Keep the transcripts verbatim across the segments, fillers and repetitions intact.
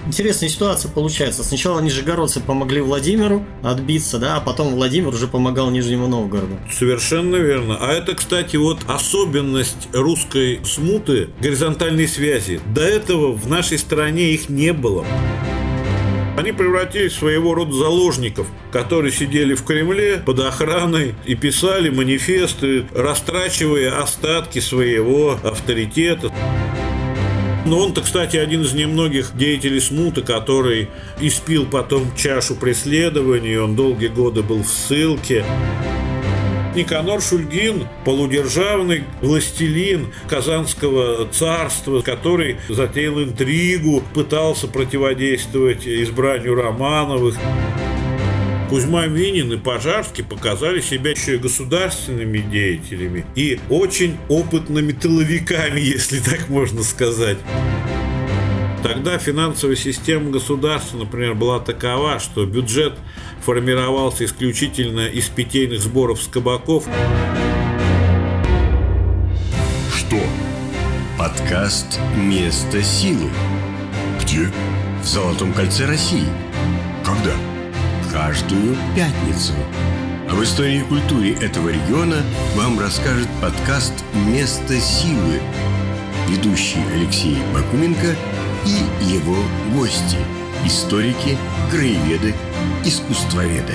Интересная ситуация получается. Сначала нижегородцы помогли Владимиру отбиться, да, а потом Владимир уже помогал Нижнему Новгороду. Совершенно верно. А это, кстати, вот особенность русской смуты, горизонтальной связи. До этого в нашей стране их не было. Они превратились в своего рода заложников, которые сидели в Кремле под охраной и писали манифесты, растрачивая остатки своего авторитета. Но он-то, кстати, один из немногих деятелей смуты, который испил потом чашу преследований, он долгие годы был в ссылке. Никанор Шульгин, полудержавный властелин Казанского царства, который затеял интригу, пытался противодействовать избранию Романовых. Кузьма Минин и Пожарский показали себя еще и государственными деятелями и очень опытными тыловиками, если так можно сказать. Тогда финансовая система государства, например, была такова, что бюджет формировался исключительно из питейных сборов с кабаков. Что? Подкаст «Место силы». Где? В Золотом кольце России. Когда? Каждую пятницу. Об истории и культуре этого региона вам расскажет подкаст «Место силы». Ведущий Алексей Бакуменко и его гости – историки, краеведы, искусствоведы.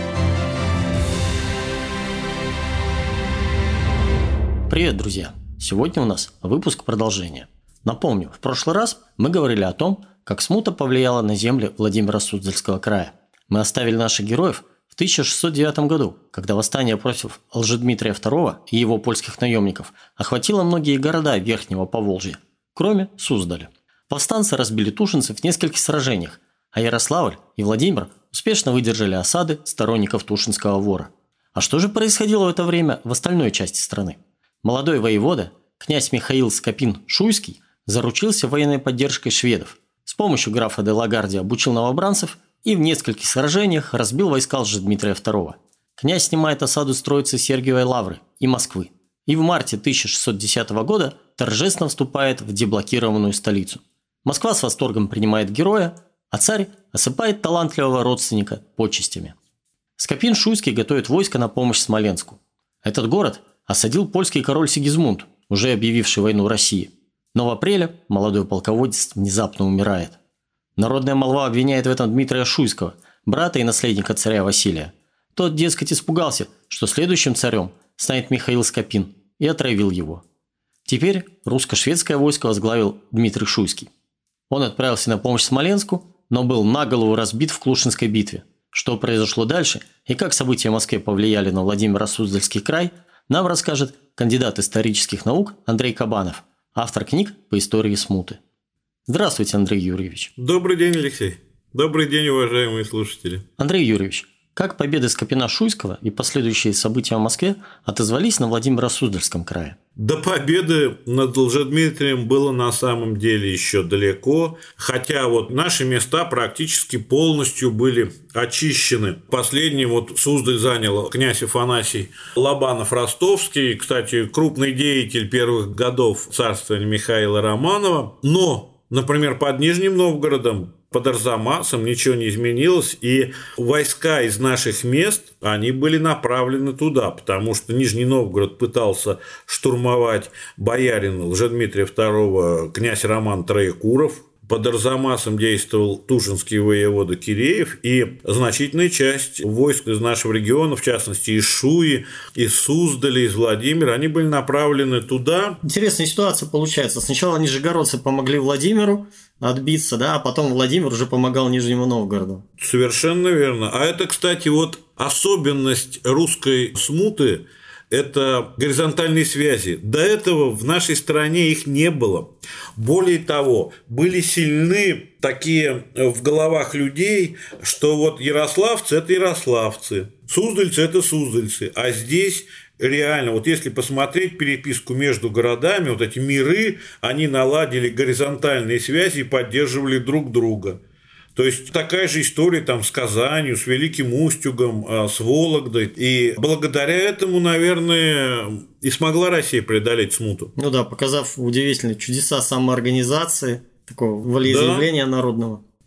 Привет, друзья! Сегодня у нас выпуск продолжения. Напомню, в прошлый раз мы говорили о том, как смута повлияла на земли Владимира Суздальского края. Мы оставили наших героев в тысяча шестьсот девятом году, когда восстание против Лжедмитрия второго и его польских наемников охватило многие города Верхнего Поволжья, кроме Суздаля. Повстанцы разбили тушинцев в нескольких сражениях, а Ярославль и Владимир успешно выдержали осады сторонников Тушинского вора. А что же происходило в это время в остальной части страны? Молодой воевода, князь Михаил Скопин-Шуйский, заручился военной поддержкой шведов. С помощью графа де Лагарди обучил новобранцев и в нескольких сражениях разбил войска Лжедмитрия второго. Князь снимает осаду с Троицы Сергиевой Лавры и Москвы. И в марте тысяча шестьсот десятого года торжественно вступает в деблокированную столицу. Москва с восторгом принимает героя, а царь осыпает талантливого родственника почестями. Скопин-Шуйский готовит войско на помощь Смоленску. Этот город осадил польский король Сигизмунд, уже объявивший войну России. Но в апреле молодой полководец внезапно умирает. Народная молва обвиняет в этом Дмитрия Шуйского, брата и наследника царя Василия. Тот, дескать, испугался, что следующим царем станет Михаил Скопин, и отравил его. Теперь русско-шведское войско возглавил Дмитрий Шуйский. Он отправился на помощь Смоленску, но был наголову разбит в Клушинской битве. Что произошло дальше и как события в Москве повлияли на Владимиро-Суздальский край, нам расскажет кандидат исторических наук Андрей Кабанов, автор книг по истории смуты. Здравствуйте, Андрей Юрьевич. Добрый день, Алексей. Добрый день, уважаемые слушатели. Андрей Юрьевич, как победы Скопина-Шуйского и последующие события в Москве отозвались на Владимиро-Суздальском крае? До победы над Лжедмитрием было на самом деле еще далеко, хотя вот наши места практически полностью были очищены. Последним вот Суздаль занял князь Афанасий Лобанов-Ростовский, кстати, крупный деятель первых годов царствования Михаила Романова, но, например, под Нижним Новгородом, под Арзамасом ничего не изменилось, и войска из наших мест, они были направлены туда, потому что Нижний Новгород пытался штурмовать боярин Лжедмитрия второго князь Роман Троекуров, под Арзамасом действовал тушинский воевода Киреев, и значительная часть войск из нашего региона, в частности из Шуи, из Суздаля, из Владимира, они были направлены туда. Интересная ситуация получается. Сначала нижегородцы помогли Владимиру отбиться, да, а потом Владимир уже помогал Нижнему Новгороду. Совершенно верно. А это, кстати, вот особенность русской смуты – это горизонтальные связи. До этого в нашей стране их не было. Более того, были сильны такие в головах людей, что вот ярославцы – это ярославцы, суздальцы – это суздальцы, а здесь реально, вот если посмотреть переписку между городами, вот эти миры, они наладили горизонтальные связи и поддерживали друг друга. То есть такая же история там с Казанью, с Великим Устюгом, с Вологдой. И благодаря этому, наверное, и смогла Россия преодолеть смуту. Ну да, показав удивительные чудеса самоорганизации, такого волеизъявления да. народного.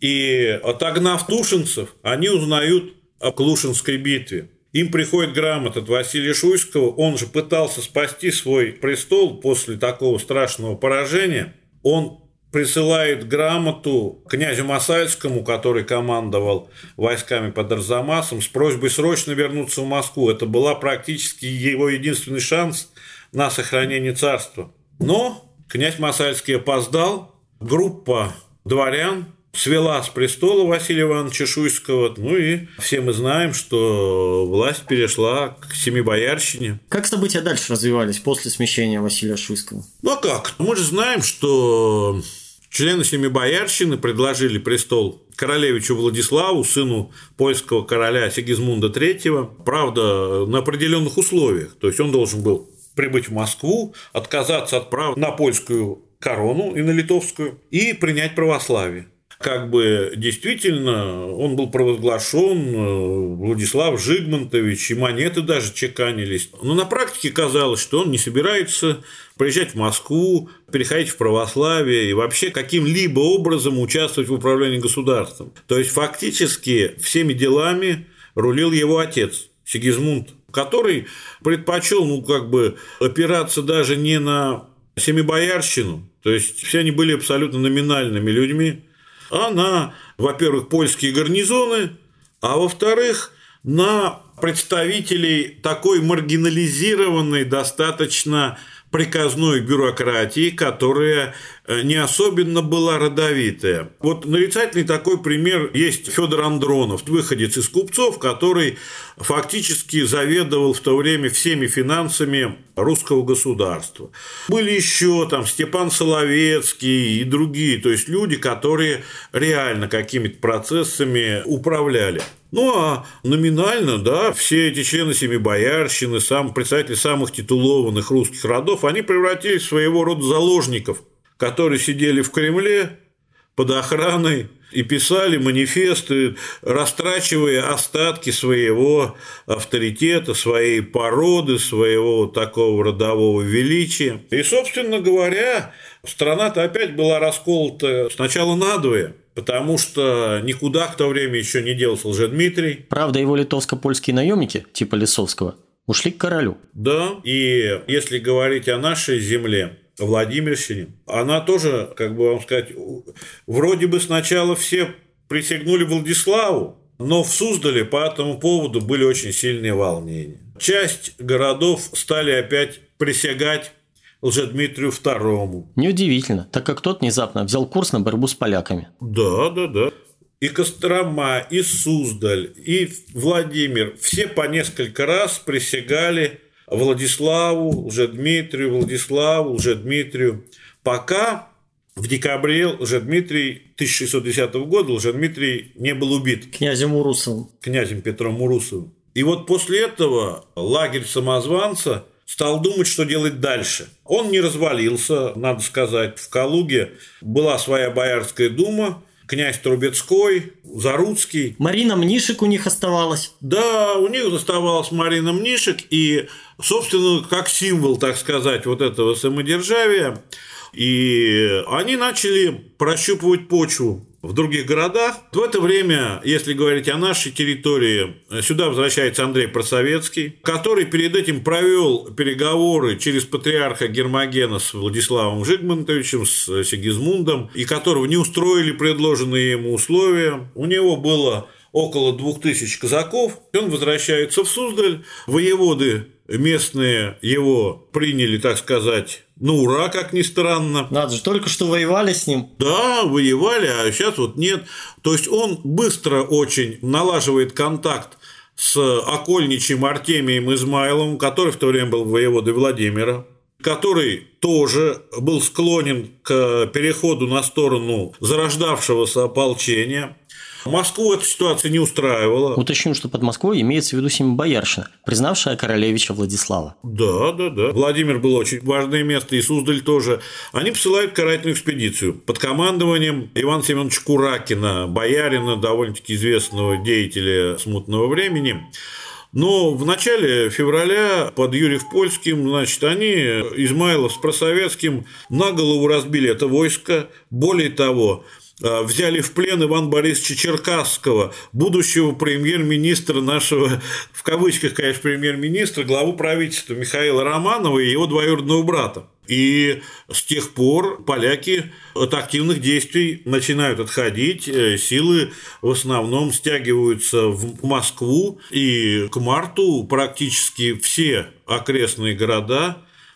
И отогнав тушинцев, они узнают о Клушинской битве. Им приходит грамота от Василия Шуйского, он же пытался спасти свой престол после такого страшного поражения. Он присылает грамоту князю Масальскому, который командовал войсками под Арзамасом, с просьбой срочно вернуться в Москву. Это была практически его единственный шанс на сохранение царства. Но князь Масальский опоздал, группа дворян свела с престола Василия Ивановича Шуйского, ну и все мы знаем, что власть перешла к семибоярщине. Как события дальше развивались после смещения Василия Шуйского? Ну а как? Мы же знаем, что члены семибоярщины предложили престол королевичу Владиславу, сыну польского короля Сигизмунда третьего, правда, на определенных условиях. То есть он должен был прибыть в Москву, отказаться от права на польскую корону и на литовскую и принять православие. Как бы действительно он был провозглашен Владислав Жигмонтович, и монеты даже чеканились. Но на практике казалось, что он не собирается приезжать в Москву, переходить в православие и вообще каким-либо образом участвовать в управлении государством. То есть фактически всеми делами рулил его отец Сигизмунд, который предпочел, ну, как бы опираться даже не на семибоярщину, то есть все они были абсолютно номинальными людьми, а на, во-первых, польские гарнизоны, а во-вторых, на представителей такой маргинализированной, достаточно приказной бюрократии, которая не особенно была родовитая. Вот нарицательный такой пример есть Федор Андронов, выходец из купцов, который фактически заведовал в то время всеми финансами русского государства. Были еще там Степан Соловецкий и другие, то есть люди, которые реально какими-то процессами управляли. Ну, а номинально, да, все эти члены семибоярщины, сам, представители самых титулованных русских родов, они превратились в своего рода заложников, которые сидели в Кремле под охраной и писали манифесты, растрачивая остатки своего авторитета, своей породы, своего такого родового величия. И, собственно говоря, страна-то опять была расколота сначала надвое, потому что никуда в то время еще не делся Лжедмитрий. Правда, его литовско-польские наемники, типа Лисовского, ушли к королю. Да, и если говорить о нашей земле, Владимирщине, она тоже, как бы вам сказать, вроде бы сначала все присягнули Владиславу, но в Суздале по этому поводу были очень сильные волнения. Часть городов стали опять присягать Лжедмитрию второму. Неудивительно, так как тот внезапно взял курс на борьбу с поляками. Да, да, да. И Кострома, и Суздаль, и Владимир все по несколько раз присягали Владиславу, Лжедмитрию, Владиславу, Лжедмитрию, пока в декабре Лжедмитрий тысяча шестьсот десятого года Лжедмитрий не был убит князем Урусовым. Князем Петром Урусовым. И вот после этого лагерь самозванца стал думать, что делать дальше. Он не развалился, надо сказать. В Калуге была своя Боярская дума, князь Трубецкой, Заруцкий. Марина Мнишек у них оставалась. Да, у них оставалась Марина Мнишек, и, собственно, как символ, так сказать, вот этого самодержавия. И они начали прощупывать почву в других городах. В это время, если говорить о нашей территории, сюда возвращается Андрей Просоветский, который перед этим провел переговоры через патриарха Гермогена с Владиславом Жигмонтовичем, с Сигизмундом, и которого не устроили предложенные ему условия. У него было около двух тысяч казаков. Он возвращается в Суздаль. Воеводы местные его приняли, так сказать, на ура, как ни странно. Надо же, только что воевали с ним. Да, воевали, а сейчас вот нет. То есть он быстро очень налаживает контакт с окольничьим Артемием Измайловым, который в то время был воеводой Владимира, который тоже был склонен к переходу на сторону зарождавшегося ополчения. Москву эта ситуация не устраивала. Уточню, что под Москвой имеется в виду семибоярщина, признавшая королевича Владислава. Да, да, да. Владимир было очень важное место, и Суздаль тоже. Они посылают карательную экспедицию под командованием Ивана Семеновича Куракина, боярина, довольно-таки известного деятеля смутного времени. Но в начале февраля под Юрьев-Польским, значит, они, Измайлов с Просоветским, на голову разбили это войско. Более того, взяли в плен Ивана Борисовича Черкасского, будущего премьер-министра нашего, в кавычках, конечно, премьер-министра, главу правительства Михаила Романова и его двоюродного брата. И с тех пор поляки от активных действий начинают отходить, силы в основном стягиваются в Москву, и к марту практически все окрестные города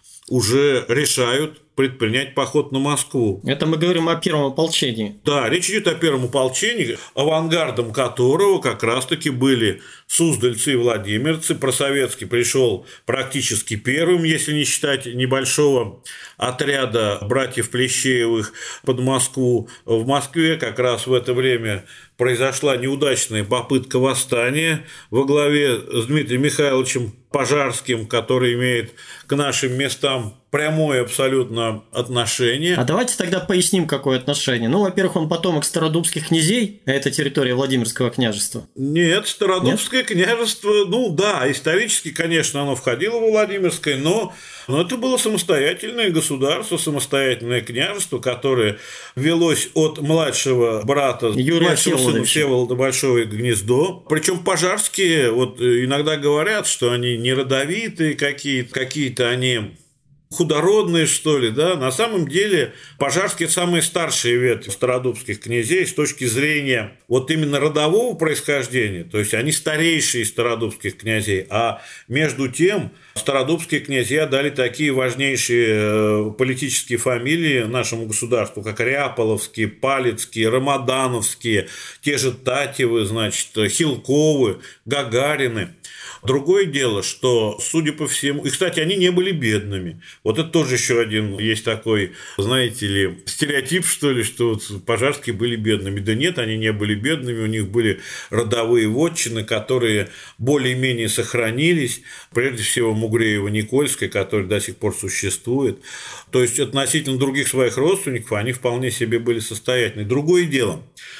уже решают предпринять поход на Москву. Это мы говорим о первом ополчении. Да, речь идет о первом ополчении, авангардом которого как раз-таки были суздальцы и владимирцы. Просоветский пришел практически первым, если не считать небольшого отряда братьев Плещеевых под Москву. В Москве как раз в это время произошла неудачная попытка восстания во главе с Дмитрием Михайловичем Пожарским, который имеет к нашим местам прямое абсолютно отношение. А давайте тогда поясним, какое отношение. Ну, во-первых, он потомок стародубских князей, а это территория Владимирского княжества. Нет, Стародубское Нет? княжество, ну да, исторически, конечно, оно входило во Владимирское, но, но это было самостоятельное государство, самостоятельное княжество, которое велось от младшего брата Юрия младшего сына Всеволода Большое Гнездо. Причем пожарские, вот иногда говорят, что они не родовитые какие-то, какие-то они худородные, что ли, да, на самом деле пожарские – самые старшие ветви стародубских князей с точки зрения вот именно родового происхождения, то есть они старейшие из стародубских князей, а между тем стародубские князья дали такие важнейшие политические фамилии нашему государству, как Ряполовские, Палецкие, Рамадановские, те же Татьевы, значит, Хилковы, Гагарины. Другое дело, что, судя по всему, и, кстати, они не были бедными. Вот это тоже еще один есть такой, знаете ли, стереотип, что ли, что вот пожарские были бедными. Да нет, они не были бедными, у них были родовые вотчины, которые более-менее сохранились, прежде всего Мугреева-Никольская, которая до сих пор существует. То есть относительно других своих родственников они вполне себе были состоятельны. Другое дело,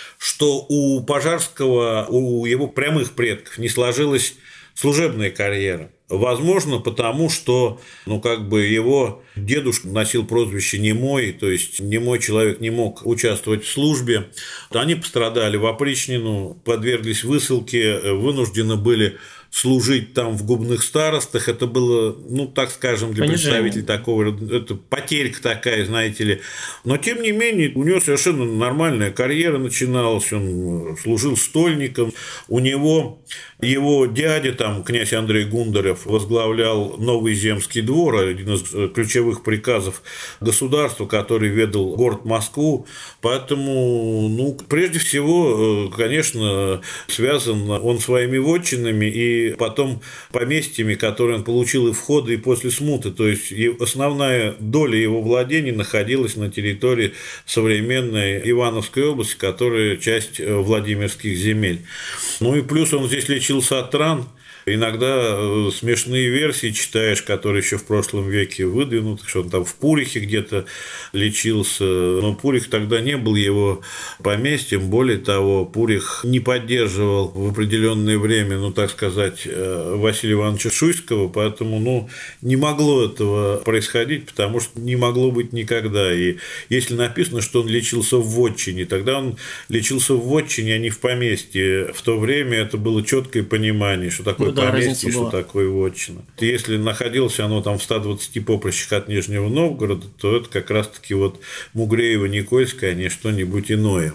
что у Пожарского, у его прямых предков не сложилось служебная карьера. Возможно, потому что, ну, как бы его дедушка носил прозвище «Немой», то есть немой человек не мог участвовать в службе. Они пострадали в опричнину, подверглись высылке, вынуждены были служить там в губных старостах. Это было, ну, так скажем, для Понижение. представителей такого, это потерька такая, знаете ли. Но, тем не менее, у него совершенно нормальная карьера начиналась, он служил стольником, у него его дядя, там, князь Андрей Гундарев, возглавлял Новый Земский двор, один из ключевых приказов государства, который ведал город Москву. Поэтому, ну, прежде всего, конечно, связан он своими вотчинами и потом поместьями, которые он получил и в ходы, и после смуты. То есть основная доля его владений находилась на территории современной Ивановской области, которая часть Владимирских земель. Ну и плюс он здесь лечился от ран. Иногда смешные версии читаешь, которые еще в прошлом веке выдвинуты, что он там в Пурихе где-то лечился, но Пурих тогда не был его поместьем. Более того, Пурих не поддерживал в определенное время, ну, так сказать, Василия Ивановича Шуйского, поэтому, ну, не могло этого происходить, потому что не могло быть никогда. И если написано, что он лечился в вотчине, тогда он лечился в вотчине, а не в поместье. В то время это было четкое понимание, что такое да, поместье, что такое вотчина. Если находился оно там в ста двадцати поприщах от Нижнего Новгорода, то это как раз-таки вот Мугреево-Никольское, а не что-нибудь иное.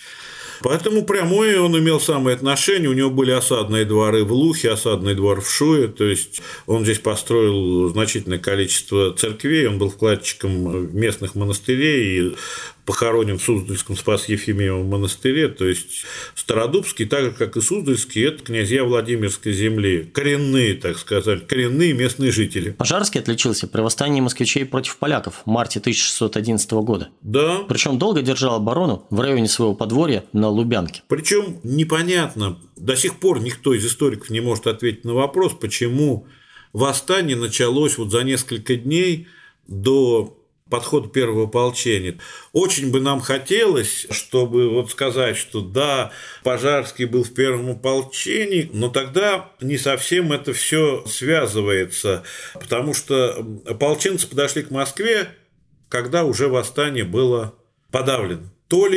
Поэтому прямое он имел самое отношение, у него были осадные дворы в Лухе, осадный двор в Шуе, то есть он здесь построил значительное количество церквей, он был вкладчиком местных монастырей и похоронен в Суздальском Спас-Ефимиевом монастыре, то есть Стародубский, так же, как и Суздальский, это князья Владимирской земли, коренные, так сказать, коренные местные жители. Пожарский отличился при восстании москвичей против поляков в марте тысяча шестьсот одиннадцатого года. Да. Причем долго держал оборону в районе своего подворья на Лубянке. Причем непонятно, до сих пор никто из историков не может ответить на вопрос, почему восстание началось вот за несколько дней до подход первого ополчения. Очень бы нам хотелось, чтобы вот сказать, что да, Пожарский был в первом ополчении, но тогда не совсем это все связывается, потому что ополченцы подошли к Москве, когда уже восстание было подавлено. То ли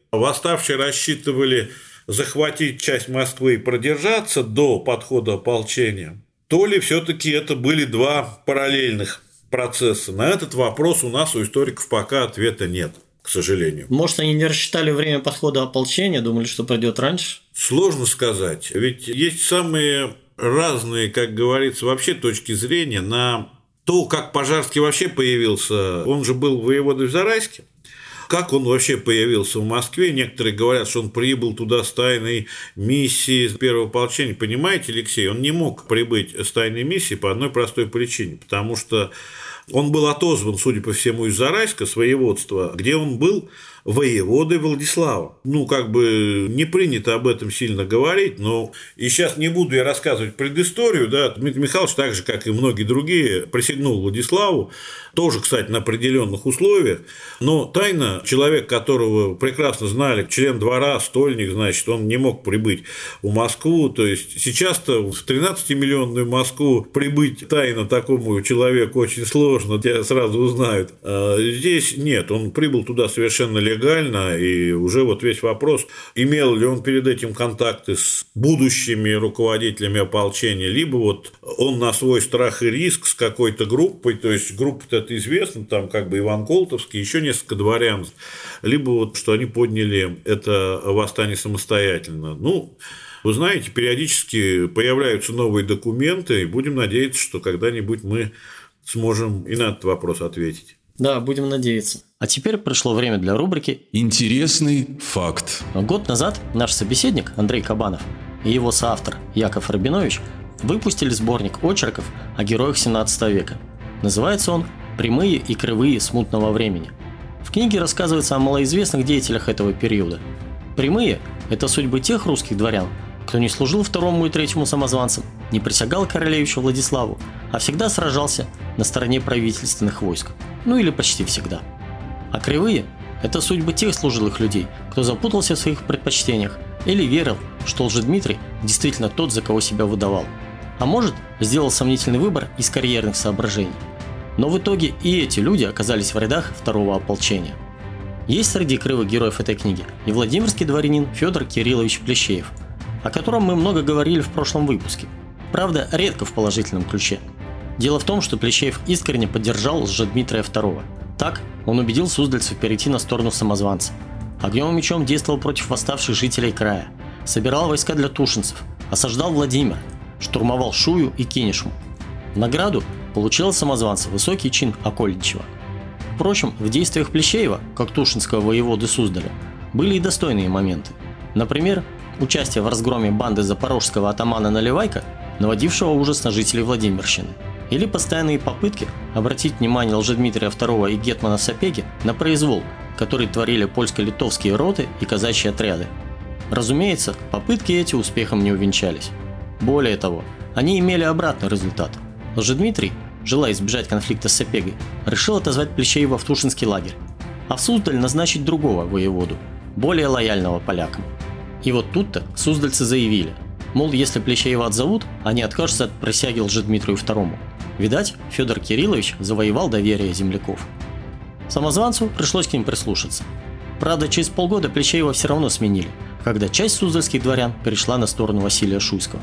Восставшие рассчитывали захватить часть Москвы и продержаться до подхода ополчения, то ли все-таки это были два параллельных процесса. На этот вопрос у нас, у историков, пока ответа нет, к сожалению. Может, они не рассчитали время подхода ополчения, думали, что придет раньше? Сложно сказать. Ведь есть самые разные, как говорится, вообще точки зрения на то, как Пожарский вообще появился. Он же был воеводой в Зарайске. Как он вообще появился в Москве? Некоторые говорят, что он прибыл туда с тайной миссией первого ополчения. Понимаете, Алексей, он не мог прибыть с тайной миссией по одной простой причине, потому что он был отозван, судя по всему, из Зарайска, с воеводства, где он был воеводой Владислава. Ну, как бы не принято об этом сильно говорить, но и сейчас не буду я рассказывать предысторию, да, Дмитрий Михайлович, так же, как и многие другие, присягнул Владиславу, тоже, кстати, на определенных условиях, но тайно человек, которого прекрасно знали, член двора, стольник, значит, он не мог прибыть в Москву, то есть сейчас-то в тринадцатимиллионную Москву прибыть тайно такому человеку очень сложно, тебя сразу узнают. А здесь нет, он прибыл туда совершенно легально, легально, и уже вот весь вопрос, имел ли он перед этим контакты с будущими руководителями ополчения, либо вот он на свой страх и риск с какой-то группой, то есть группа-то это известна, там как бы Иван Колтовский, еще несколько дворян, либо вот что они подняли это восстание самостоятельно. Ну, вы знаете, периодически появляются новые документы, и будем надеяться, что когда-нибудь мы сможем и на этот вопрос ответить. Да, будем надеяться. А теперь пришло время для рубрики «Интересный факт». Год назад наш собеседник Андрей Кабанов и его соавтор Яков Рабинович выпустили сборник очерков о героях семнадцатого века. Называется он «Прямые и кривые смутного времени». В книге рассказывается о малоизвестных деятелях этого периода. Прямые – это судьбы тех русских дворян, кто не служил второму и третьему самозванцам, не присягал королевичу Владиславу, а всегда сражался на стороне правительственных войск. Ну или почти всегда. А кривые – это судьбы тех служилых людей, кто запутался в своих предпочтениях или верил, что Лжедмитрий действительно тот, за кого себя выдавал. А может, сделал сомнительный выбор из карьерных соображений. Но в итоге и эти люди оказались в рядах второго ополчения. Есть среди кривых героев этой книги и владимирский дворянин Федор Кириллович Плещеев, о котором мы много говорили в прошлом выпуске. Правда, редко в положительном ключе. Дело в том, что Плещеев искренне поддержал Лжедмитрия второго. Так, он убедил суздальцев перейти на сторону самозванца. Огнем и мечом действовал против восставших жителей края, собирал войска для тушинцев, осаждал Владимир, штурмовал Шую и Кинешму. В награду получил от самозванца высокий чин окольничего. Впрочем, в действиях Плещеева, как тушинского воеводы Суздаля, были и достойные моменты. Например, участие в разгроме банды запорожского атамана Наливайка, наводившего ужас на жителей Владимирщины, или постоянные попытки обратить внимание Лжедмитрия второго и гетмана Сапеги на произвол, который творили польско-литовские роты и казачьи отряды. Разумеется, попытки эти успехом не увенчались. Более того, они имели обратный результат. Лжедмитрий, желая избежать конфликта с Сапегой, решил отозвать Плещеева в Тушинский лагерь, а в Суздаль назначить другого воеводу, более лояльного полякам. И вот тут-то суздальцы заявили, мол, если Плещеева отзовут, они откажутся от присяги Лжедмитрию второму. Видать, Федор Кириллович завоевал доверие земляков. Самозванцу пришлось к ним прислушаться. Правда, через полгода Плещеева все равно сменили, когда часть суздальских дворян перешла на сторону Василия Шуйского.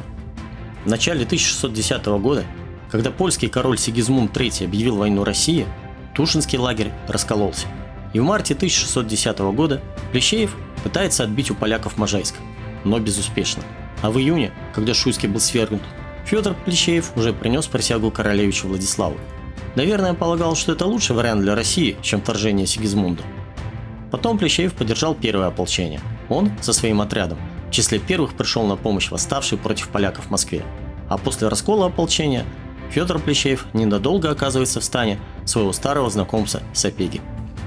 В начале тысяча шестьсот десятого года, когда польский король Сигизмунд третий объявил войну России, Тушинский лагерь раскололся. И в марте тысяча шестьсот десятого года Плещеев пытается отбить у поляков Можайск, но безуспешно. А в июне, когда Шуйский был свергнут, Федор Плещеев уже принес присягу королевичу Владиславу. Наверное, полагал, что это лучший вариант для России, чем вторжение Сигизмунда. Потом Плещеев поддержал первое ополчение. Он со своим отрядом в числе первых пришел на помощь восставшей против поляков в Москве. А после раскола ополчения Федор Плещеев ненадолго оказывается в стане своего старого знакомца Сапеги.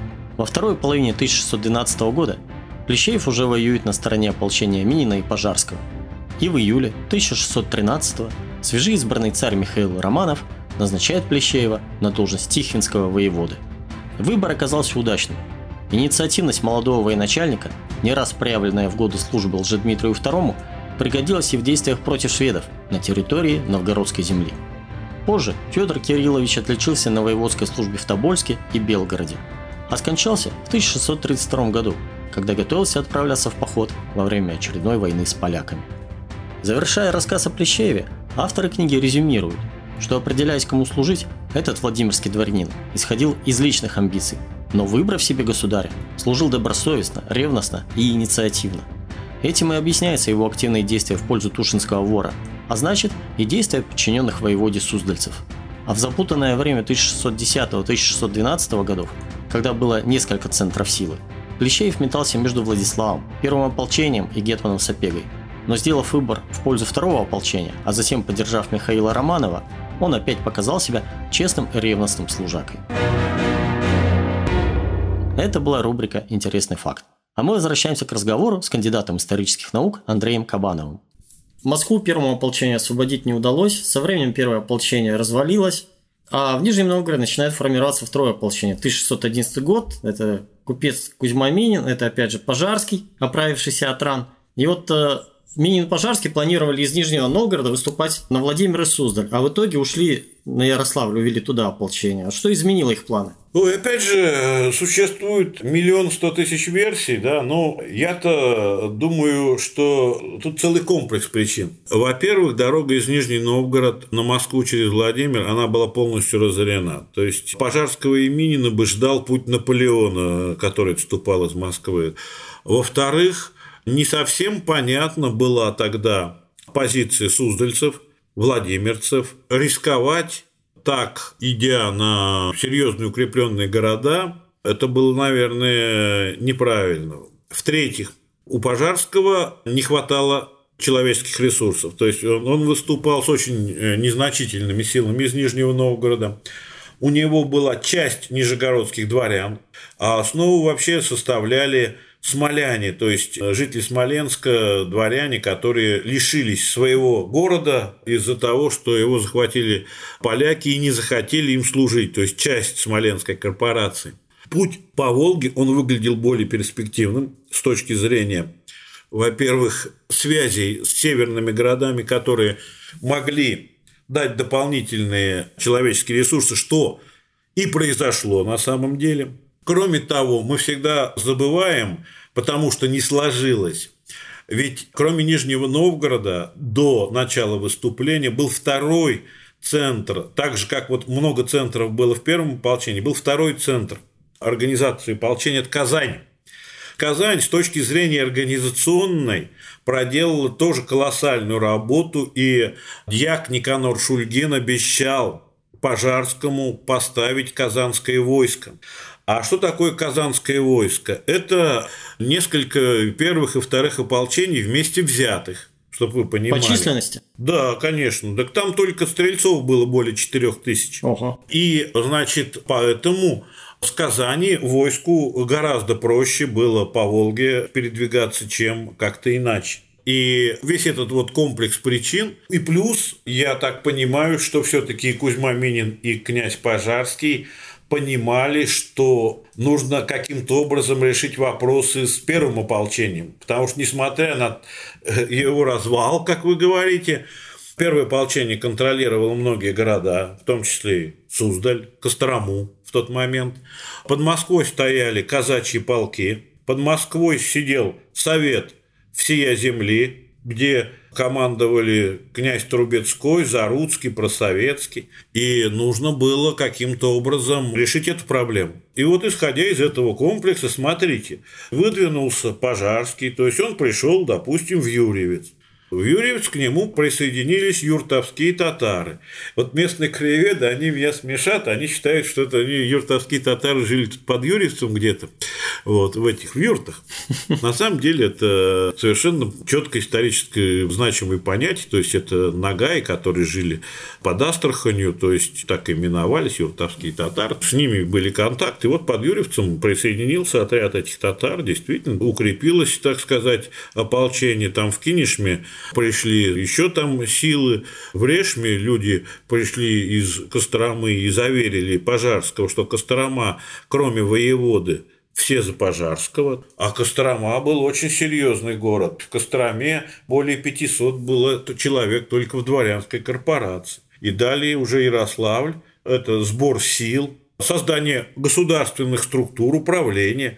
Во второй половине тысяча шестьсот двенадцатого года Плещеев уже воюет на стороне ополчения Минина и Пожарского. И в июле тысяча шестьсот тринадцатого свежеизбранный царь Михаил Романов назначает Плещеева на должность тихвинского воеводы. Выбор оказался удачным. Инициативность молодого военачальника, не раз проявленная в годы службы Лжедмитрию второму, пригодилась и в действиях против шведов на территории Новгородской земли. Позже Федор Кириллович отличился на воеводской службе в Тобольске и Белгороде, а скончался в тысяча шестьсот тридцать втором году, когда готовился отправляться в поход во время очередной войны с поляками. Завершая рассказ о Плещееве, авторы книги резюмируют, что, определяясь, кому служить, этот владимирский дворянин исходил из личных амбиций, но, выбрав себе государя, служил добросовестно, ревностно и инициативно. Этим и объясняются его активные действия в пользу Тушинского вора, а значит и действия подчиненных воеводе суздальцев. А в запутанное время тысяча шестьсот десятого - тысяча шестьсот двенадцатого годов, когда было несколько центров силы, Плещеев метался между Владиславом, первым ополчением и гетманом Сапегой. Но сделав выбор в пользу второго ополчения, а затем поддержав Михаила Романова, он опять показал себя честным и ревностным служакой. Это была рубрика «Интересный факт». А мы возвращаемся к разговору с кандидатом исторических наук Андреем Кабановым. Москву первому ополчению освободить не удалось, со временем первое ополчение развалилось, а в Нижнем Новгороде начинает формироваться второе ополчение. тысяча шестьсот одиннадцатый год, это купец Кузьма Минин, это опять же Пожарский, оправившийся от ран. И вот Минин и Пожарский планировали из Нижнего Новгорода выступать на Владимир и Суздаль, а в итоге ушли на Ярославль, увели туда ополчение. А что изменило их планы? Ну, опять же, существует миллион сто тысяч версий, да, но я-то думаю, что тут целый комплекс причин. Во-первых, дорога из Нижнего Новгорода на Москву через Владимир, она была полностью разорена. То есть Пожарского и Минина бы ждал путь Наполеона, который отступал из Москвы. Во-вторых, не совсем понятна была тогда позиция суздальцев, владимирцев, рисковать так, идя на серьезные укрепленные города, это было, наверное, неправильно. В-третьих, у Пожарского не хватало человеческих ресурсов, то есть он, он выступал с очень незначительными силами из Нижнего Новгорода. У него была часть нижегородских дворян, а основу вообще составляли смоляне, то есть жители Смоленска, дворяне, которые лишились своего города из-за того, что его захватили поляки и не захотели им служить, то есть часть смоленской корпорации. Путь по Волге, он выглядел более перспективным с точки зрения, во-первых, связей с северными городами, которые могли дать дополнительные человеческие ресурсы, что и произошло на самом деле. Кроме того, мы всегда забываем, потому что не сложилось. Ведь кроме Нижнего Новгорода до начала выступления был второй центр, так же, как вот много центров было в первом ополчении, был второй центр организации ополчения – это Казань. Казань с точки зрения организационной проделала тоже колоссальную работу, и дьяк Никанор Шульгин обещал Пожарскому поставить казанское войско. А что такое казанское войско? Это несколько первых и вторых ополчений вместе взятых, чтобы вы понимали. По численности? Да, конечно. Так там только стрельцов было более четырех тысяч. Ого. И, значит, поэтому с Казани войску гораздо проще было по Волге передвигаться, чем как-то иначе. И весь этот вот комплекс причин. И плюс, я так понимаю, что все-таки Кузьма Минин и князь Пожарский понимали, что нужно каким-то образом решить вопросы с первым ополчением. Потому что, несмотря на его развал, как вы говорите, первое ополчение контролировало многие города, в том числе и Суздаль, Кострому в тот момент. Под Москвой стояли казачьи полки, под Москвой сидел совет всея земли, где командовали князь Трубецкой, Заруцкий, Просоветский, и нужно было каким-то образом решить эту проблему. И вот, исходя из этого комплекса, смотрите, выдвинулся Пожарский, то есть он пришел, допустим, в Юрьевец. В Юрьевец к нему присоединились юртовские татары. Вот местные краеведы, они меня смешат, они считают, что это они, юртовские татары, жили тут под Юрьевцем где-то, вот, в этих в юртах. На самом деле это совершенно четкое историческое значимое понятие, то есть это нагаи, которые жили под Астраханью, то есть так именовались юртовские татары. С ними были контакты, и вот под Юрьевцем присоединился отряд этих татар, действительно укрепилось, так сказать, ополчение там в Кинешме. Пришли еще там силы, в Решме люди пришли из Костромы и заверили Пожарского, что Кострома, кроме воеводы, все за Пожарского, а Кострома был очень серьезный город. В Костроме более пятисот было человек только в дворянской корпорации. И далее уже Ярославль – это сбор сил, создание государственных структур управления.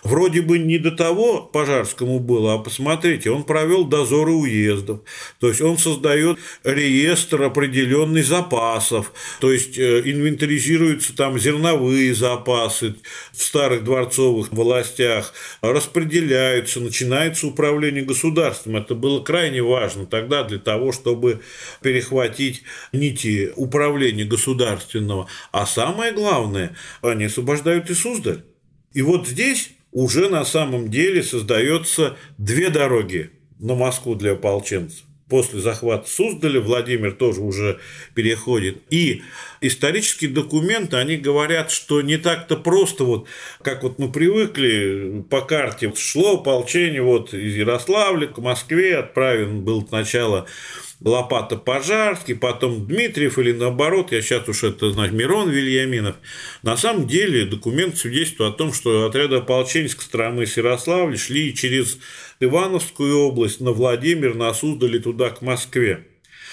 Вроде бы не до того Пожарскому было, а посмотрите, он провел дозоры уездов, то есть он создает реестр определенный запасов, то есть инвентаризируются там зерновые запасы в старых дворцовых властях, распределяются, начинается управление государством. Это было крайне важно тогда для того, чтобы перехватить нити управления государственного. А самое главное, они освобождают и Суздаль. И вот здесь уже на самом деле создается две дороги на Москву для ополченцев. После захвата Суздаля Владимир тоже уже переходит. И исторические документы, они говорят, что не так-то просто, вот, как вот мы привыкли по карте, вот шло ополчение вот из Ярославля к Москве, отправлен был сначала Лопата-Пожарский, потом Дмитриев или наоборот, я сейчас уж это знаю, Мирон Вильяминов. На самом деле документы свидетельствуют о том, что отряды ополчения с Костромы и с Ярославля шли через Ивановскую область, на Владимир, на Суздаль и туда, к Москве.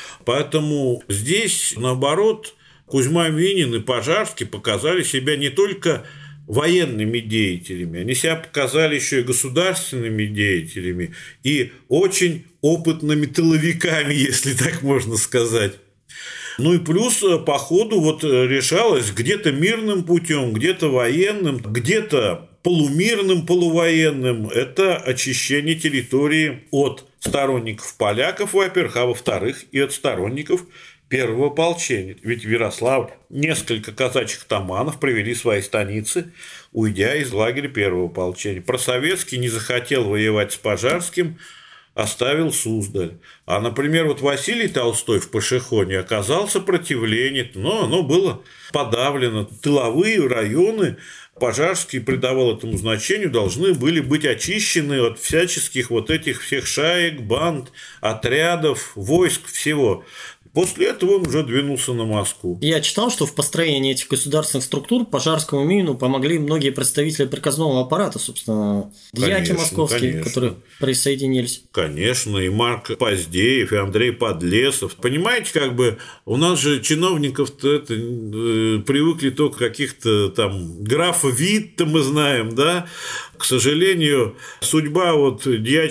Поэтому здесь, наоборот, Кузьма Минин и Пожарский показали себя не только военными деятелями, они себя показали еще и государственными деятелями и очень опытными тыловиками, если так можно сказать. Ну и плюс по ходу вот решалось где-то мирным путем, где-то военным, где-то полумирным, полувоенным. Это очищение территории от сторонников поляков, во-первых, а во-вторых, и от сторонников первого ополчения. Ведь в Ярославль несколько казачьих атаманов привели свои станицы, уйдя из лагеря первого ополчения. Просоветский не захотел воевать с Пожарским, оставил Суздаль. А, например, вот Василий Толстой в Пашихоне оказал сопротивление, но оно было подавлено. Тыловые районы Пожарский придавал этому значению, должны были быть очищены от всяческих вот этих всех шаек, банд, отрядов, войск, всего. После этого он уже двинулся на Москву. Я читал, что в построении этих государственных структур Пожарскому Минину помогли многие представители приказного аппарата, собственно, дьяки московские, конечно, которые присоединились. Конечно, и Марк Поздеев, и Андрей Подлесов. Понимаете, как бы у нас же чиновников-то это, э, привыкли только каких-то там графа Витта, мы знаем, да. К сожалению, судьба вот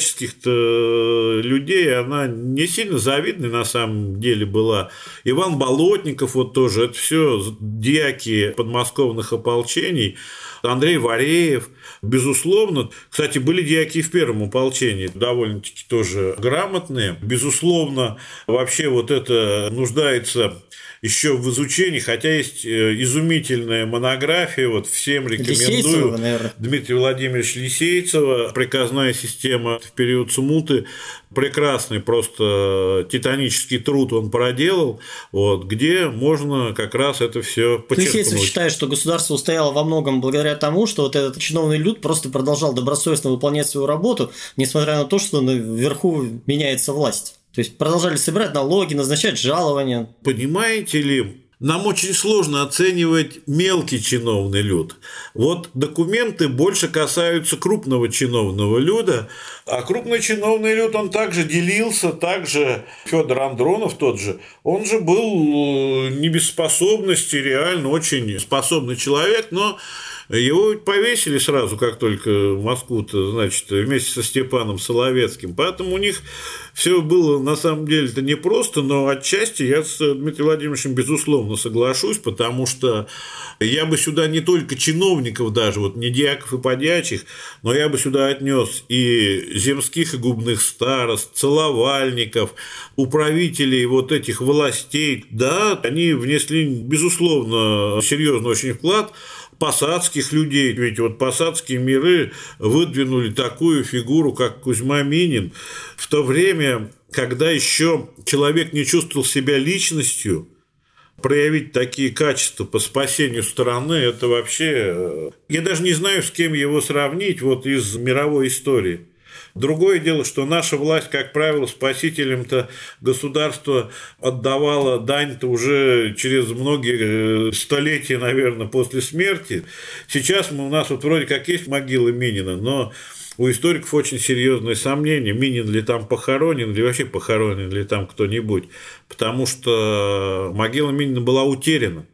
дьяческих-то людей, она не сильно завидная на самом деле была. Иван Болотников, вот тоже, это все дьяки подмосковных ополчений. Андрей Вареев, безусловно. Кстати, были дьяки в первом ополчении, довольно-таки тоже грамотные. Безусловно, вообще вот это нуждается еще в изучении, хотя есть изумительная монография, вот всем рекомендую. Лисейцева, Дмитрия Владимировича Лисейцева «Приказная система в период смуты». Прекрасный, просто титанический труд он проделал, вот, где можно как раз это все подчеркнуть. Лисейцев считает, что государство устояло во многом благодаря тому, что вот этот чиновный люд просто продолжал добросовестно выполнять свою работу, несмотря на то, что наверху меняется власть. То есть продолжали собирать налоги, назначать жалования. Понимаете ли, нам очень сложно оценивать мелкий чиновный люд. Вот документы больше касаются крупного чиновного люда, а крупный чиновный люд, он также делился, также Федор Андронов тот же, он же был не без способности, реально очень способный человек, но его повесили сразу, как только Москву-то, значит, вместе со Степаном Соловецким. Поэтому у них все было на самом деле-то непросто, но отчасти я с Дмитрием Владимировичем безусловно соглашусь, потому что я бы сюда не только чиновников даже, вот не дьяков и подьячих, но я бы сюда отнес и земских и губных старост, целовальников, управителей вот этих властей. Да, они внесли, безусловно, серьезный очень вклад. Посадских людей, ведь вот посадские миры выдвинули такую фигуру, как Кузьма Минин, в то время, когда еще человек не чувствовал себя личностью, проявить такие качества по спасению страны, это вообще... Я даже не знаю, с кем его сравнить вот из мировой истории. Другое дело, что наша власть, как правило, спасителям-то государство отдавало дань-то уже через многие столетия, наверное, после смерти. Сейчас у нас вот вроде как есть могила Минина, но у историков очень серьезные сомнения, Минин ли там похоронен, или вообще похоронен ли там кто-нибудь, потому что могила Минина была утеряна.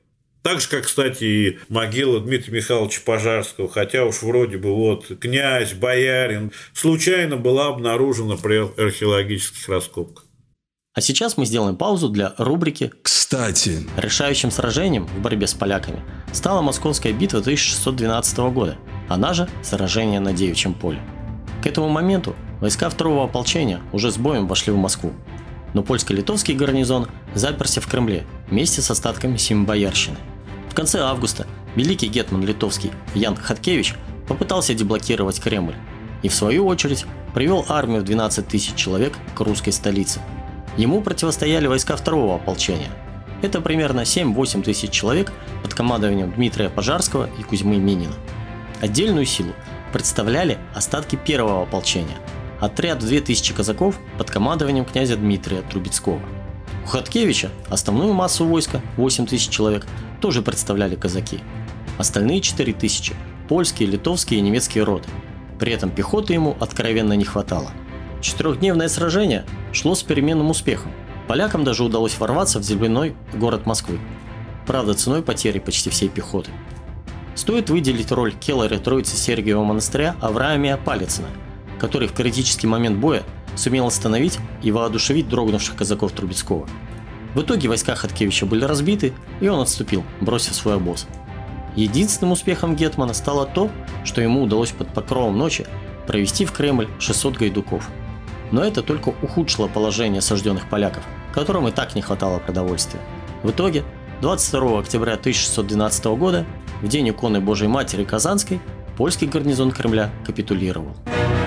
Так же, как, кстати, и могила Дмитрия Михайловича Пожарского, хотя уж вроде бы вот князь, боярин, случайно была обнаружена при археологических раскопках. А сейчас мы сделаем паузу для рубрики Кстати. Решающим сражением в борьбе с поляками стала Московская битва тысяча шестьсот двенадцатого года, она же сражение на Девичьем поле. К этому моменту войска второго ополчения уже с боем вошли в Москву, но польско-литовский гарнизон заперся в Кремле вместе с остатками Семибоярщины. В конце августа великий гетман литовский Ян Хаткевич попытался деблокировать Кремль и в свою очередь привел армию в двенадцать тысяч человек к русской столице. Ему противостояли войска второго ополчения. Это примерно семь-восемь тысяч человек под командованием Дмитрия Пожарского и Кузьмы Минина. Отдельную силу представляли остатки первого ополчения, отряд в две тысячи казаков под командованием князя Дмитрия Трубецкого. У Хаткевича основную массу войска, восемь тысяч человек, тоже представляли казаки. Остальные четыре тысячи – польские, литовские и немецкие роты. При этом пехоты ему откровенно не хватало. Четырехдневное сражение шло с переменным успехом. Полякам даже удалось ворваться в земляной город Москвы. Правда, ценой потери почти всей пехоты. Стоит выделить роль келлера Троицы Сергиева монастыря Авраамия Палицына, который в критический момент боя сумел остановить и воодушевить дрогнувших казаков Трубецкого. В итоге войска Хаткевича были разбиты, и он отступил, бросив свой обоз. Единственным успехом гетмана стало то, что ему удалось под покровом ночи провести в Кремль шестьсот гайдуков. Но это только ухудшило положение осажденных поляков, которым и так не хватало продовольствия. В итоге, двадцать второго октября тысяча шестьсот двенадцатого года, в день иконы Божией Матери Казанской, польский гарнизон Кремля капитулировал.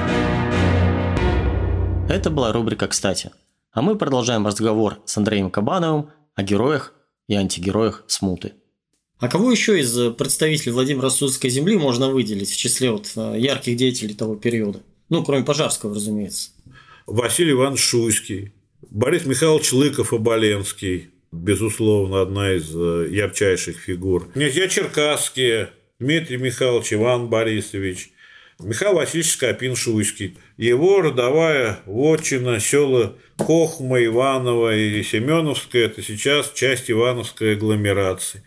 Это была рубрика «Кстати». А мы продолжаем разговор с Андреем Кабановым о героях и антигероях смуты. А кого еще из представителей Владимиро-Суздальской земли можно выделить в числе вот ярких деятелей того периода? Ну, кроме Пожарского, разумеется. Василий Иванович Шуйский, Борис Михайлович Лыков-Оболенский, безусловно, одна из ярчайших фигур. Князья Черкасские, Дмитрий Михайлович, Иван Борисович, Михаил Васильевич Скопин-Шуйский. Его родовая вотчина, села Кохма, Иваново и Семеновская – это сейчас часть Ивановской агломерации.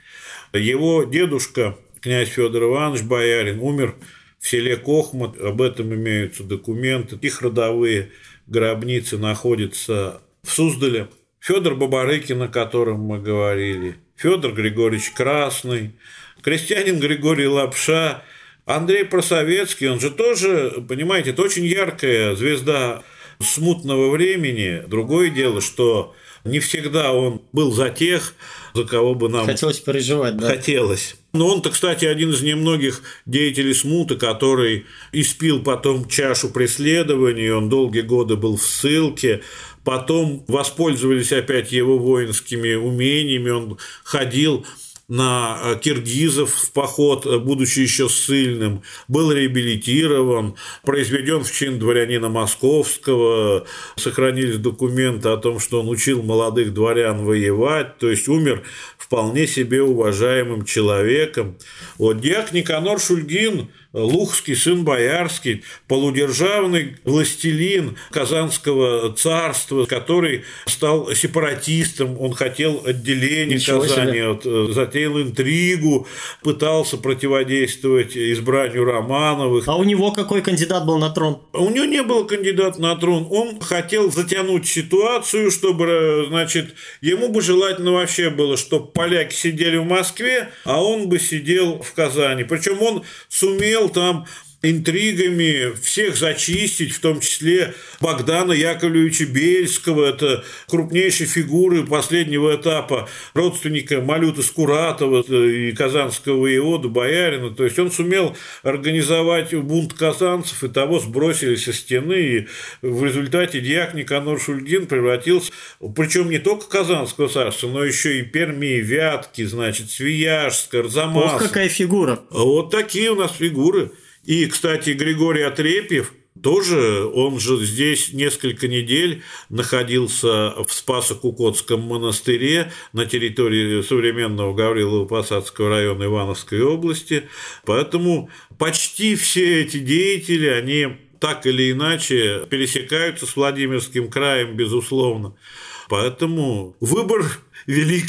Его дедушка, князь Федор Иванович Боярин, умер в селе Кохма, об этом имеются документы. Их родовые гробницы находятся в Суздале. Федор Бабарыкин, о котором мы говорили, Федор Григорьевич Красный, крестьянин Григорий Лапша, Андрей Просовецкий, он же тоже, понимаете, это очень яркая звезда смутного времени. Другое дело, что не всегда он был за тех, за кого бы нам хотелось переживать, да. Хотелось. Но он-то, кстати, один из немногих деятелей смуты, который испил потом чашу преследований, он долгие годы был в ссылке, потом воспользовались опять его воинскими умениями, он ходил на киргизов в поход, будучи еще ссыльным, был реабилитирован, произведен в чин дворянина московского, сохранились документы о том, что он учил молодых дворян воевать, то есть умер вполне себе уважаемым человеком. Вот дьяк Никанор Шульгин, Лухский, сын боярский, полудержавный властелин Казанского царства, который стал сепаратистом, он хотел отделения Ничего Казани, себе. вот, затеял интригу, пытался противодействовать избранию Романовых. А у него какой кандидат был на трон? У него не было кандидата на трон, он хотел затянуть ситуацию, чтобы, значит, ему бы желательно вообще было, чтобы поляки сидели в Москве, а он бы сидел в Казани. Причем он сумел там интригами всех зачистить, в том числе Богдана Яковлевича Бельского, это крупнейшие фигуры последнего этапа, родственника Малюты Скуратова и казанского воевода, боярина. То есть он сумел организовать бунт казанцев, и того сбросили со стены, и в результате дьяк Никанор Шульгин превратился, причем не только Казанского царства, но еще и Перми, Вятки, значит, Свияжска, Арзамаса. Ох, какая фигура! Вот такие у нас фигуры. И, кстати, Григорий Отрепьев тоже, он же здесь несколько недель находился в Спасо-Кукотском монастыре на территории современного Гаврилово-Посадского района Ивановской области. Поэтому почти все эти деятели, они так или иначе пересекаются с Владимирским краем, безусловно. Поэтому выбор велик.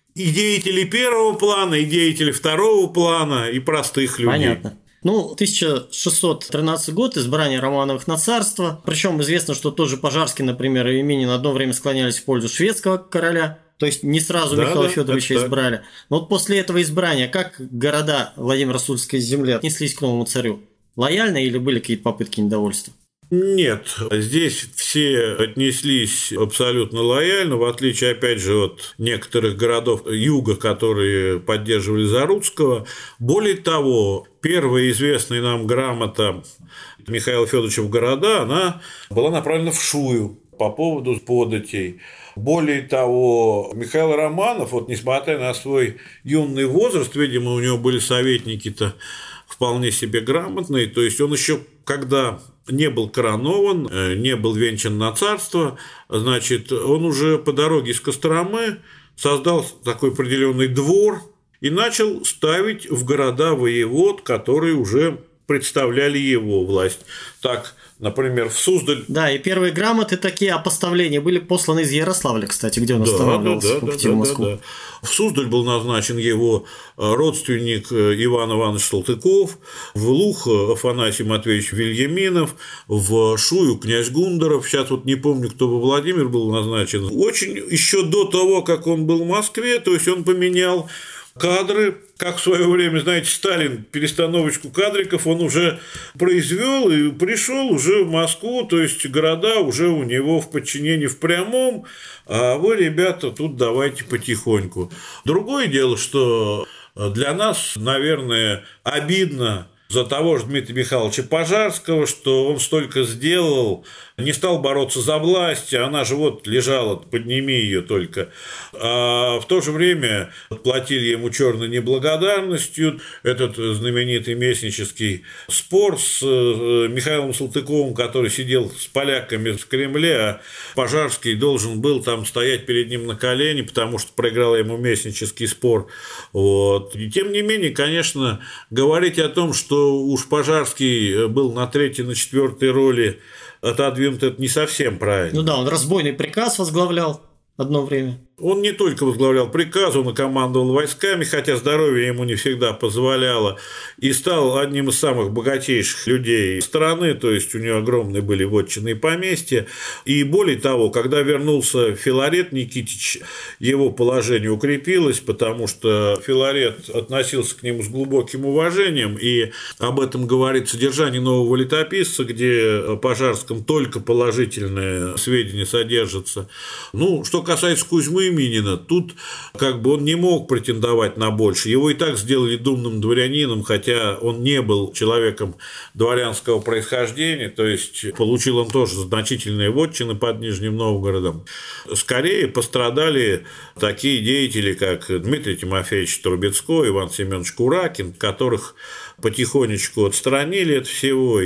и деятелей первого плана, и деятелей второго плана, и простых людей. Понятно. Ну, тысяча шестьсот тринадцатый год, избрание Романовых на царство. Причем известно, что тот же Пожарский, например, и Минин одно время склонялись в пользу шведского короля. То есть не сразу да, Михаила да, Федоровича избрали. Так. Но вот после этого избрания как города Владимиро-Суздальской земли отнеслись к новому царю? Лояльно или были какие-то попытки недовольства? Нет, здесь все отнеслись абсолютно лояльно, в отличие, опять же, от некоторых городов юга, которые поддерживали Заруцкого. Более того, первая известная нам грамота Михаила Федоровича в города, она была направлена в Шую по поводу податей. Более того, Михаил Романов, вот несмотря на свой юный возраст, видимо, у него были советники-то вполне себе грамотные, то есть он еще когда не был коронован, не был венчан на царство, значит, он уже по дороге из Костромы создал такой определенный двор и начал ставить в города воевод, которые уже представляли его власть. Так, например, в Суздаль. Да, и первые грамоты такие о поставлении были посланы из Ярославля, кстати, где он да, останавливался да, да, по пути да, в Москву. Да, да. В Суздаль был назначен его родственник Иван Иванович Салтыков, в Лух Афанасий Матвеевич Вильяминов, в Шую князь Гундаров. Сейчас вот не помню, кто во Владимир был назначен. Очень еще до того, как он был в Москве, то есть он поменял кадры, как в свое время, знаете, Сталин перестановочку кадриков он уже произвел и пришел уже в Москву, то есть города уже у него в подчинении в прямом, а вы, ребята, тут давайте потихоньку. Другое дело, что для нас, наверное, обидно за того же Дмитрия Михайловича Пожарского, что он столько сделал, не стал бороться за власть, она же вот лежала, подними ее только. А в то же время платили ему черной неблагодарностью. Этот знаменитый местнический спор с Михаилом Салтыковым, который сидел с поляками в Кремле, а Пожарский должен был там стоять перед ним на колени, потому что проиграл ему местнический спор. Вот. И тем не менее, конечно, говорить о том, что уж Пожарский был на третьей, на четвертой роли отодвинут, это не совсем правильно. Ну да, он разбойный приказ возглавлял одно время. Он не только возглавлял приказ, он и командовал войсками, хотя здоровье ему не всегда позволяло, и стал одним из самых богатейших людей страны, то есть у него огромные были вотчины и поместья. И более того, когда вернулся Филарет Никитич, его положение укрепилось, потому что Филарет относился к нему с глубоким уважением, и об этом говорит содержание нового летописца, где о Пожарском только положительные сведения содержатся. Ну, что касается Кузьмы Минина, тут как бы он не мог претендовать на больше. Его и так сделали думным дворянином, хотя он не был человеком дворянского происхождения, то есть получил он тоже значительные вотчины под Нижним Новгородом. Скорее пострадали такие деятели, как Дмитрий Тимофеевич Трубецкой, Иван Семенович Куракин, которых потихонечку отстранили от всего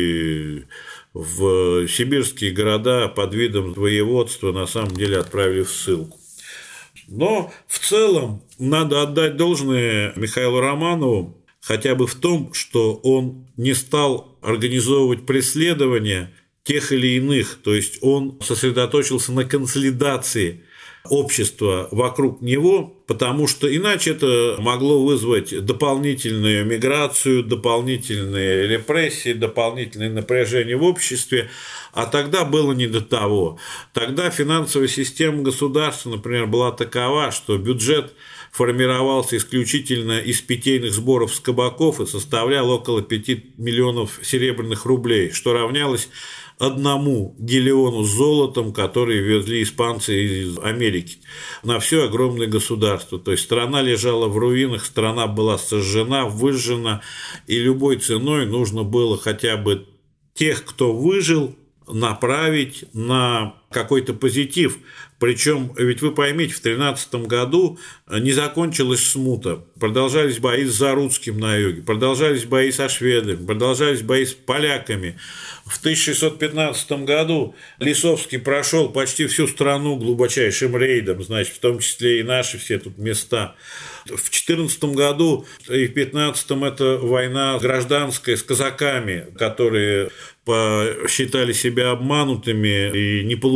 и в сибирские города под видом воеводства на самом деле отправили в ссылку. Но в целом надо отдать должное Михаилу Романову хотя бы в том, что он не стал организовывать преследования тех или иных, то есть он сосредоточился на консолидации общества вокруг него, потому что иначе это могло вызвать дополнительную миграцию, дополнительные репрессии, дополнительное напряжение в обществе, а тогда было не до того. Тогда финансовая система государства, например, была такова, что бюджет формировался исключительно из питейных сборов с кабаков и составлял около пяти миллионов серебряных рублей, что равнялось одному галеону с золотом, который везли испанцы из Америки на все огромное государство. То есть страна лежала в руинах, страна была сожжена, выжжена, и любой ценой нужно было хотя бы тех, кто выжил, направить на какой-то позитив. Причем, ведь вы поймите, в тринадцатом году не закончилась смута. Продолжались бои с Заруцким на юге, продолжались бои со шведами, продолжались бои с поляками. В тысяча шестьсот пятнадцатом году Лисовский прошел почти всю страну глубочайшим рейдом, значит, в том числе и наши все тут места. В четырнадцатом году и в пятнадцатом это война гражданская с казаками, которые посчитали себя обманутыми и не получили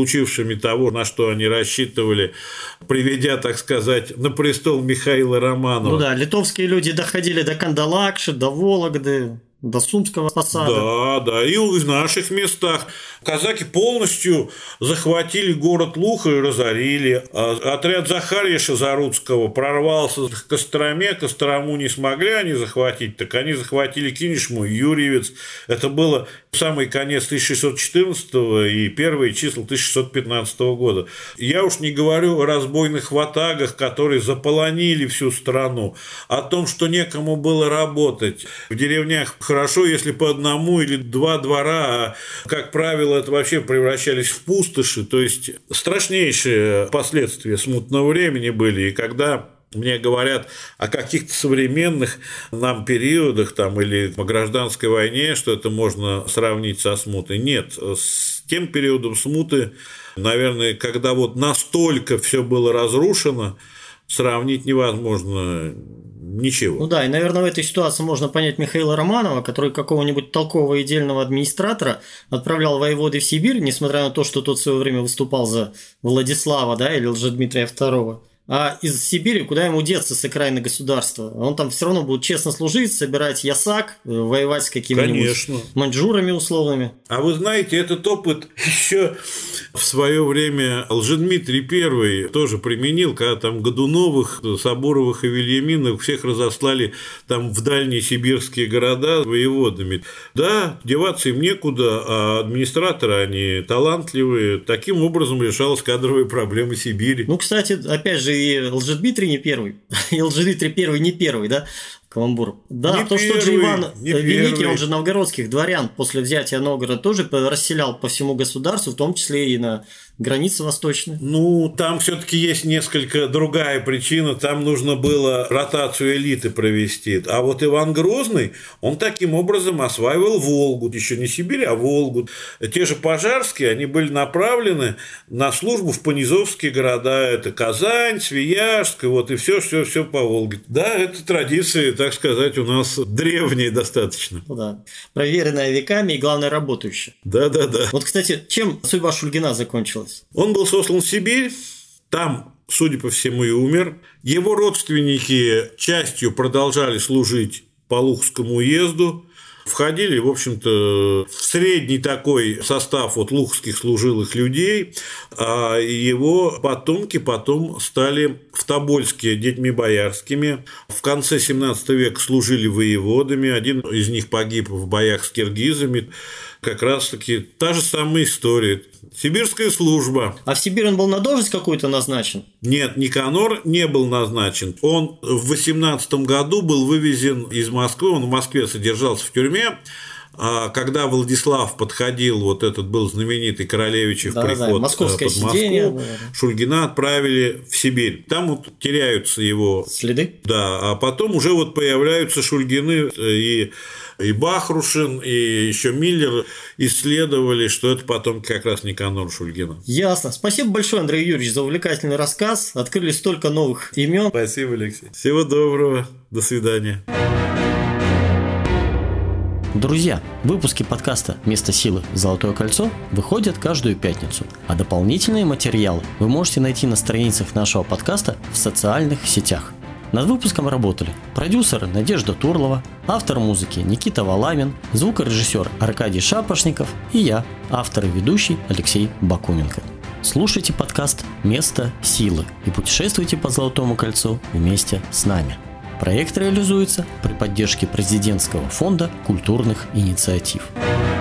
получившими того, на что они рассчитывали, приведя, так сказать, на престол Михаила Романова. Ну да, литовские люди доходили до Кандалакши, до Вологды, до Сумского посада. Да, да, и в наших местах. Казаки полностью захватили город Луха и разорили. Отряд Захария Шазаруцкого прорвался к Костроме, Кострому не смогли они захватить, так они захватили Кинешму и Юрьевец. Это было самый конец тысяча шестьсот четырнадцатого и первые числа тысяча шестьсот пятнадцатого года. Я уж не говорю о разбойных ватагах, которые заполонили всю страну, о том, что некому было работать. В деревнях хорошо, если по одному или два двора, а, как правило, это вообще превращались в пустоши. То есть страшнейшие последствия смутного времени были. И когда мне говорят о каких-то современных нам периодах там, или о гражданской войне, что это можно сравнить со смутой. Нет, с тем периодом смуты, наверное, когда вот настолько все было разрушено, сравнить невозможно ничего. Ну да, и, наверное, в этой ситуации можно понять Михаила Романова, который какого-нибудь толкового и дельного администратора отправлял воеводы в Сибирь, несмотря на то, что тот в свое время выступал за Владислава, да, или Лжедмитрия второго. А из Сибири куда ему деться с окраины государства? Он там все равно будет честно служить, собирать ясак, воевать с какими-нибудь Конечно. маньчжурами условными. А вы знаете, этот опыт еще в свое время Лжедмитрий первый тоже применил, когда там Годуновых, Соборовых и Вильяминовых всех разослали там в дальние сибирские города воеводами. Да, деваться им некуда, а администраторы, они талантливые. Таким образом решалась кадровая проблема Сибири. Ну, кстати, опять же, и Лжедмитрий не первый, и Лжедмитрий первый не первый, да, каламбур. Да, не то, первый, что же Иван Великий, первый. Он же новгородских дворян после взятия Новгорода тоже расселял по всему государству, в том числе и на границы восточные. Ну, там все-таки есть несколько другая причина. Там нужно было ротацию элиты провести. А вот Иван Грозный, он таким образом осваивал Волгу. Еще не Сибирь, а Волгу. Те же пожарские, они были направлены на службу в понизовские города. Это Казань, Свияжск, вот и все, все, все по Волге. Да, это традиции, так сказать, у нас древние достаточно. Да, проверенная веками и, главное, работающая. Да, да, да. Вот, кстати, чем судьба Шульгина закончилась? Он был сослан в Сибирь, там, судя по всему, и умер. Его родственники частью продолжали служить по Лухскому уезду, входили, в общем-то, в средний такой состав вот лухских служилых людей, а его потомки потом стали в Тобольске детьми боярскими. В конце семнадцатого века служили воеводами, один из них погиб в боях с киргизами. Как раз-таки та же самая история. Сибирская служба. А в Сибирь он был на должность какую-то назначен? Нет, Никанор не был назначен. Он в восемнадцатом году был вывезен из Москвы. Он в Москве содержался в тюрьме. А когда Владислав подходил, вот этот был знаменитый королевичев да, приход да, московское под Москву, сидение, да. Шульгина отправили в Сибирь. Там вот теряются его следы. Да, а потом уже вот появляются Шульгины и и Бахрушин, и еще Миллер исследовали, что это потом как раз Никанор Шульгина. Ясно. Спасибо большое, Андрей Юрьевич, за увлекательный рассказ. Открыли столько новых имен. Спасибо, Алексей. Всего доброго. До свидания. Друзья, выпуски подкаста «Место силы. Золотое кольцо» выходят каждую пятницу, а дополнительные материалы вы можете найти на страницах нашего подкаста в социальных сетях. Над выпуском работали продюсер Надежда Турлова, автор музыки Никита Валамин, звукорежиссер Аркадий Шапошников и я, автор и ведущий Алексей Бакуменко. Слушайте подкаст «Место силы» и путешествуйте по Золотому кольцу вместе с нами. Проект реализуется при поддержке Президентского фонда культурных инициатив.